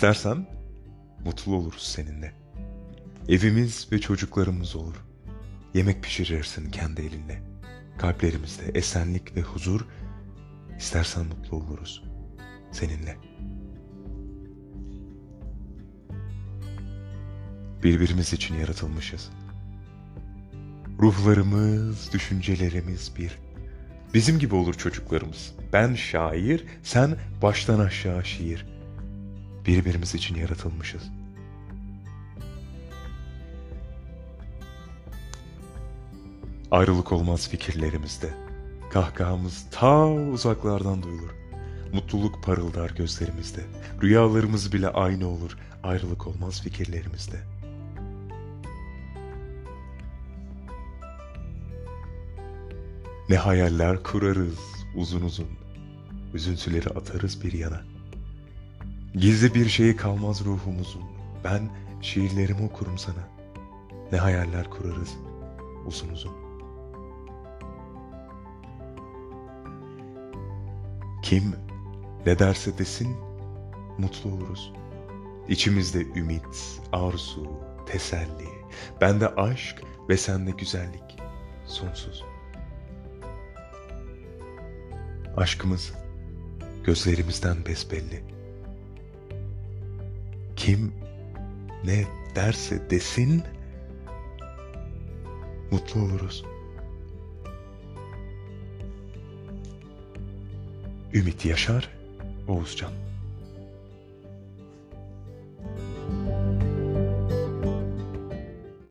İstersen mutlu oluruz seninle. Evimiz ve çocuklarımız olur. Yemek pişirirsin kendi elinle. Kalplerimizde esenlik ve huzur. İstersen mutlu oluruz seninle. Birbirimiz için yaratılmışız. Ruhlarımız, düşüncelerimiz bir. Bizim gibi olur çocuklarımız. Ben şair, sen baştan aşağı şiir. Birbirimiz için yaratılmışız. Ayrılık olmaz fikirlerimizde. Kahkahamız ta uzaklardan duyulur. Mutluluk parıldar gözlerimizde. Rüyalarımız bile aynı olur. Ayrılık olmaz fikirlerimizde. Ne hayaller kurarız uzun uzun. Üzüntüleri atarız bir yana. Gizli bir şeyi kalmaz ruhumuzun. Ben şiirlerimi okurum sana. Ne hayaller kurarız uzun uzun. Kim ne derse desin mutlu oluruz. İçimizde ümit, arzu, teselli. Bende aşk ve sende güzellik sonsuz. Aşkımız gözlerimizden besbelli. Kim ne derse desin mutlu oluruz. Ümit Yaşar, Oğuzcan.